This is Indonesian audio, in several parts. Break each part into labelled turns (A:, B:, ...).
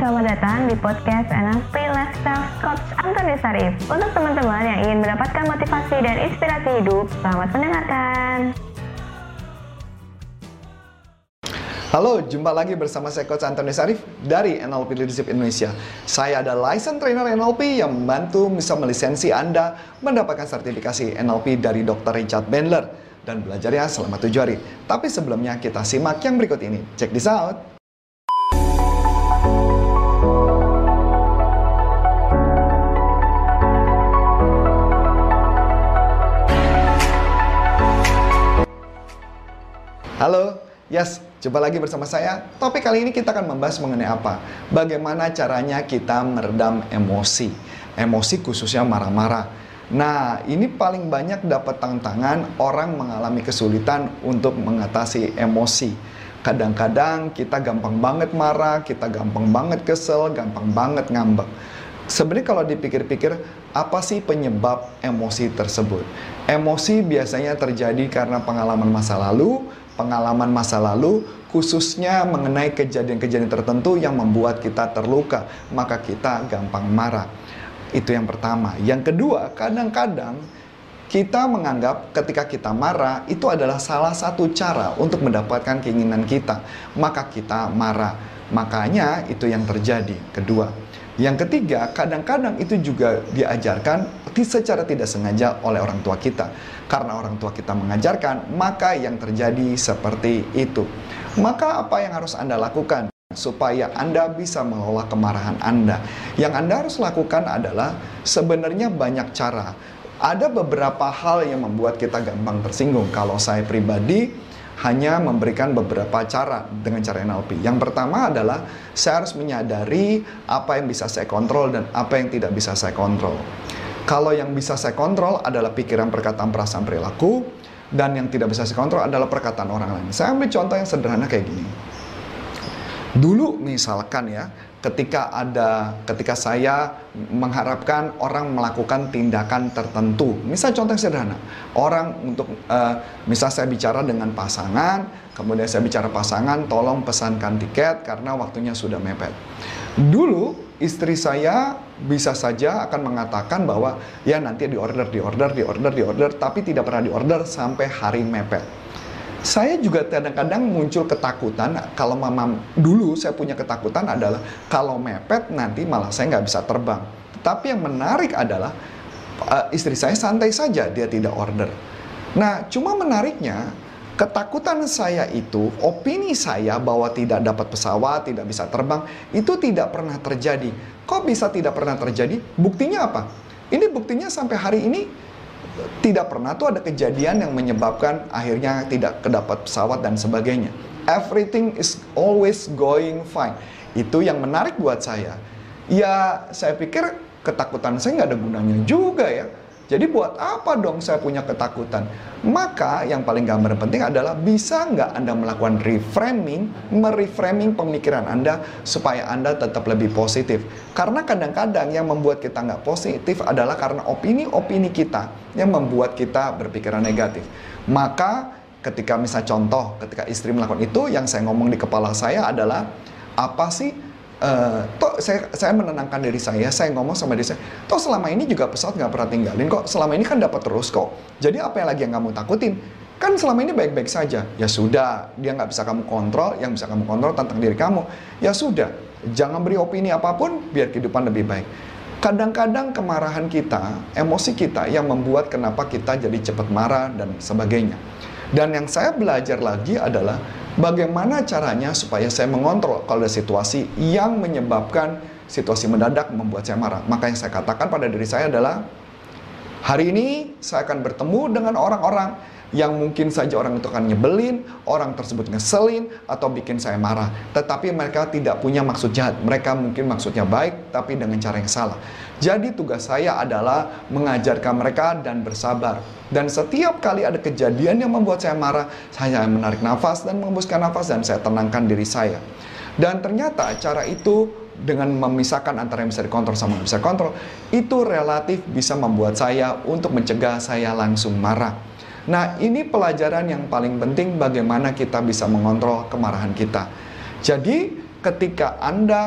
A: selamat datang di podcast NLP Lifestyle Coach Antoni Sarif. Untuk teman-teman yang ingin mendapatkan motivasi dan inspirasi hidup, selamat mendengarkan.
B: Halo, jumpa lagi bersama saya Coach Antoni Sarif dari NLP Leadership Indonesia. Saya adalah licensed trainer NLP yang membantu bisa melisensi Anda mendapatkan sertifikasi NLP dari Dr. Richard Bandler dan belajarnya selama 7 hari. Tapi sebelumnya kita simak yang berikut ini. Check this out. Halo, yes, jumpa lagi bersama saya. Topik kali ini kita akan membahas mengenai apa? Bagaimana caranya kita meredam emosi. Emosi khususnya marah-marah. Nah, ini paling banyak dapat tantangan orang mengalami kesulitan untuk mengatasi emosi. Kadang-kadang kita gampang banget marah, kita gampang banget kesel, gampang banget ngambek. Sebenarnya kalau dipikir-pikir, apa sih penyebab emosi tersebut? Emosi biasanya terjadi karena pengalaman masa lalu, khususnya mengenai kejadian-kejadian tertentu yang membuat kita terluka, maka kita gampang marah. Itu yang pertama. Yang kedua, kadang-kadang kita menganggap ketika kita marah, itu adalah salah satu cara untuk mendapatkan keinginan kita, maka kita marah. Makanya itu yang terjadi. Kedua. Yang ketiga, kadang-kadang itu juga diajarkan secara tidak sengaja oleh orang tua kita. Karena orang tua kita mengajarkan, maka yang terjadi seperti itu. Maka apa yang harus Anda lakukan supaya Anda bisa mengelola kemarahan Anda? Yang Anda harus lakukan adalah sebenarnya banyak cara. Ada beberapa hal yang membuat kita gampang tersinggung. Kalau saya pribadi hanya memberikan beberapa cara dengan cara NLP. Yang pertama adalah saya harus menyadari apa yang bisa saya kontrol dan apa yang tidak bisa saya kontrol. Kalau yang bisa saya kontrol adalah pikiran, perkataan, perasaan, perilaku, dan yang tidak bisa saya kontrol adalah perkataan orang lain. Saya ambil contoh yang sederhana kayak gini. Dulu misalkan ya, ketika saya mengharapkan orang melakukan tindakan tertentu, misal contoh yang sederhana, orang untuk misal saya bicara dengan pasangan, kemudian saya bicara pasangan, tolong pesankan tiket karena waktunya sudah mepet. Dulu istri saya bisa saja akan mengatakan bahwa ya nanti diorder, tapi tidak pernah diorder sampai hari mepet. Saya juga kadang-kadang muncul ketakutan. Kalau dulu saya punya ketakutan adalah kalau mepet nanti malah saya nggak bisa terbang. Tapi yang menarik adalah istri saya santai saja, dia tidak order. Nah, cuma menariknya ketakutan saya itu, opini saya bahwa tidak dapat pesawat, tidak bisa terbang, itu tidak pernah terjadi. Kok bisa tidak pernah terjadi? Buktinya apa? Ini buktinya sampai hari ini tidak pernah tuh ada kejadian yang menyebabkan akhirnya tidak kedapat pesawat dan sebagainya. Everything is always going fine. Itu yang menarik buat saya. Ya, saya pikir ketakutan saya nggak ada gunanya juga ya. Jadi buat apa dong saya punya ketakutan? Maka yang paling gambar penting adalah bisa nggak Anda melakukan mereframing pemikiran Anda supaya Anda tetap lebih positif. Karena kadang-kadang yang membuat kita nggak positif adalah karena opini-opini kita yang membuat kita berpikiran negatif. Maka ketika misal contoh, ketika istri melakukan itu, yang saya ngomong di kepala saya adalah, apa sih? Saya menenangkan diri saya ngomong sama diri saya, toh selama ini juga pesawat nggak pernah tinggalin kok, selama ini kan dapat terus kok, jadi apa yang lagi yang kamu takutin? Kan selama ini baik-baik saja. Ya sudah, dia nggak bisa kamu kontrol, yang bisa kamu kontrol tentang diri kamu. Ya sudah, jangan beri opini apapun, biar kehidupan lebih baik. Kadang-kadang kemarahan kita, emosi kita yang membuat kenapa kita jadi cepat marah dan sebagainya. Dan yang saya belajar lagi adalah bagaimana caranya supaya saya mengontrol kalau ada situasi yang menyebabkan situasi mendadak membuat saya marah. Maka yang saya katakan pada diri saya adalah, hari ini saya akan bertemu dengan orang-orang yang mungkin saja orang itu akan nyebelin, orang tersebut ngeselin, atau bikin saya marah. Tetapi mereka tidak punya maksud jahat. Mereka mungkin maksudnya baik, tapi dengan cara yang salah. Jadi tugas saya adalah mengajarkan mereka dan bersabar. Dan setiap kali ada kejadian yang membuat saya marah, saya menarik nafas dan mengembuskan nafas dan saya tenangkan diri saya. Dan ternyata cara itu dengan memisahkan antara yang bisa dikontrol sama yang bisa dikontrol, itu relatif bisa membuat saya untuk mencegah saya langsung marah. Nah, ini pelajaran yang paling penting bagaimana kita bisa mengontrol kemarahan kita. Jadi, ketika Anda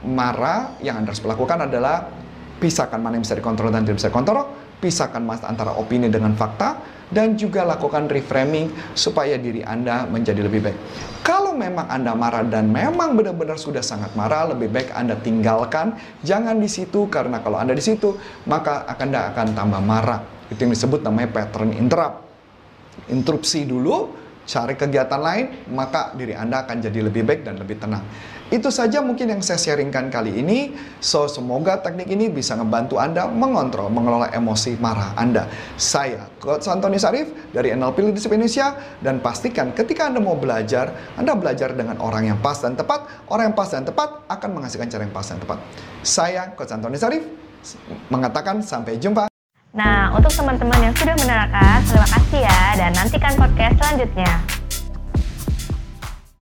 B: marah, yang Anda harus lakukan adalah pisahkan mana yang bisa dikontrol dan tidak bisa dikontrol, pisahkan antara opini dengan fakta, dan juga lakukan reframing supaya diri Anda menjadi lebih baik. Kalau memang Anda marah dan memang benar-benar sudah sangat marah, lebih baik Anda tinggalkan, jangan di situ, karena kalau Anda di situ, maka Anda akan tambah marah. Itu yang disebut namanya pattern interrupt. Interupsi dulu, cari kegiatan lain, maka diri Anda akan jadi lebih baik dan lebih tenang. Itu saja mungkin yang saya sharingkan kali ini. Semoga teknik ini bisa membantu Anda mengelola emosi marah Anda. Saya, Coach Antoni Sarif dari NLP Leadership Indonesia, dan pastikan ketika Anda mau belajar, Anda belajar dengan orang yang pas dan tepat. Orang yang pas dan tepat akan menghasilkan cara yang pas dan tepat. Saya, Coach Antoni Sarif, mengatakan sampai jumpa.
A: Nah, untuk teman-teman yang sudah menerangkan, terima kasih ya, dan nantikan podcast selanjutnya.